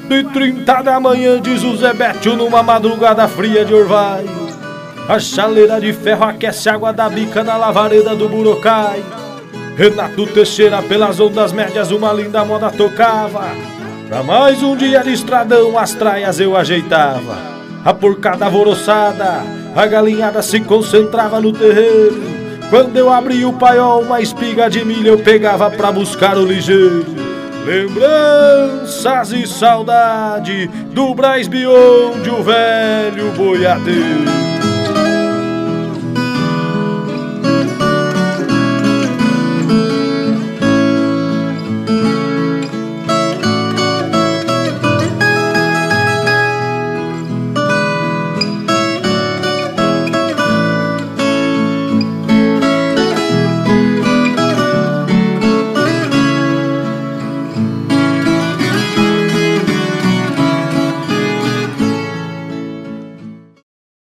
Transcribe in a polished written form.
4h30 da manhã, diz o Zé Bétio, numa madrugada fria de orvalho. A chaleira de ferro aquece a água da bica na lavareda do Burocai. Renato Teixeira, pelas ondas médias, uma linda moda tocava. Pra mais um dia de estradão, as traias eu ajeitava. A porcada alvoroçada, a galinhada se concentrava no terreiro. Quando eu abri o paiol, uma espiga de milho eu pegava pra buscar o ligeiro. Lembranças e saudade do Brás Beyond, o velho boiadeiro.